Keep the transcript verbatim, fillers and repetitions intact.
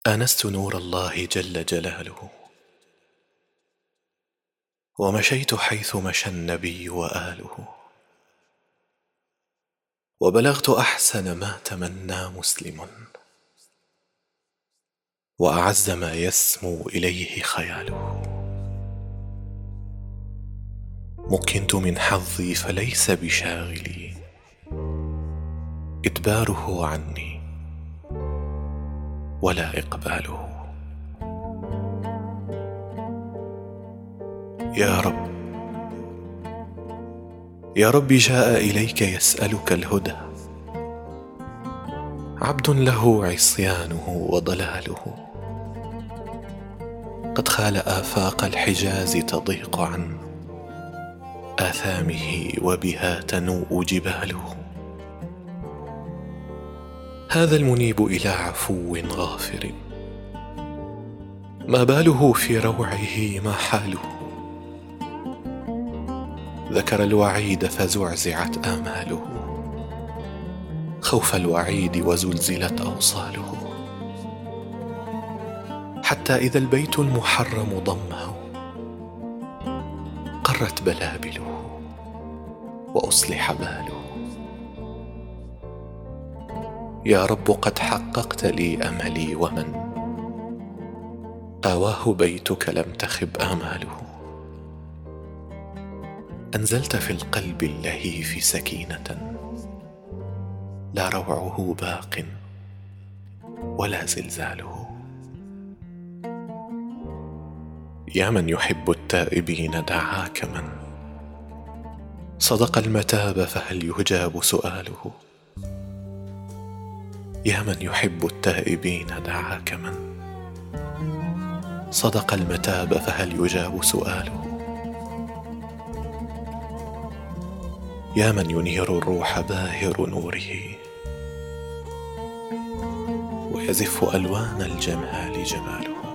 آنست نور الله جل جلاله، ومشيت حيث مشى النبي وآله، وبلغت أحسن ما تمنى مسلم، وأعز ما يسمو إليه خياله. مكنت من حظي فليس بشاغلي إدباره عني ولا إقباله. يا رب يا رب جاء إليك يسألك الهدى، عبد له عصيانه وضلاله، قد خال آفاق الحجاز تضيق عن آثامه وبها تنوء جباله. هذا المنيب إلى عفو غافر، ما باله في روعه ما حاله. ذكر الوعيد فزعزعت آماله، خوف الوعيد وزلزلت أوصاله، حتى إذا البيت المحرم ضمه قرت بلابله وأصلح باله. يا رب قد حققت لي أملي، ومن آواه بيتك لم تخب آماله. أنزلت في القلب اللهيف سكينة، لا روعه باق ولا زلزاله. يا من يحب التائبين دعاك من صدق المتاب فهل يجاب سؤاله. يا من يحب التائبين دعاك من صدق المتاب فهل يجاب سؤاله. يا من ينير الروح باهر نوره، ويزف ألوان الجمال جماله.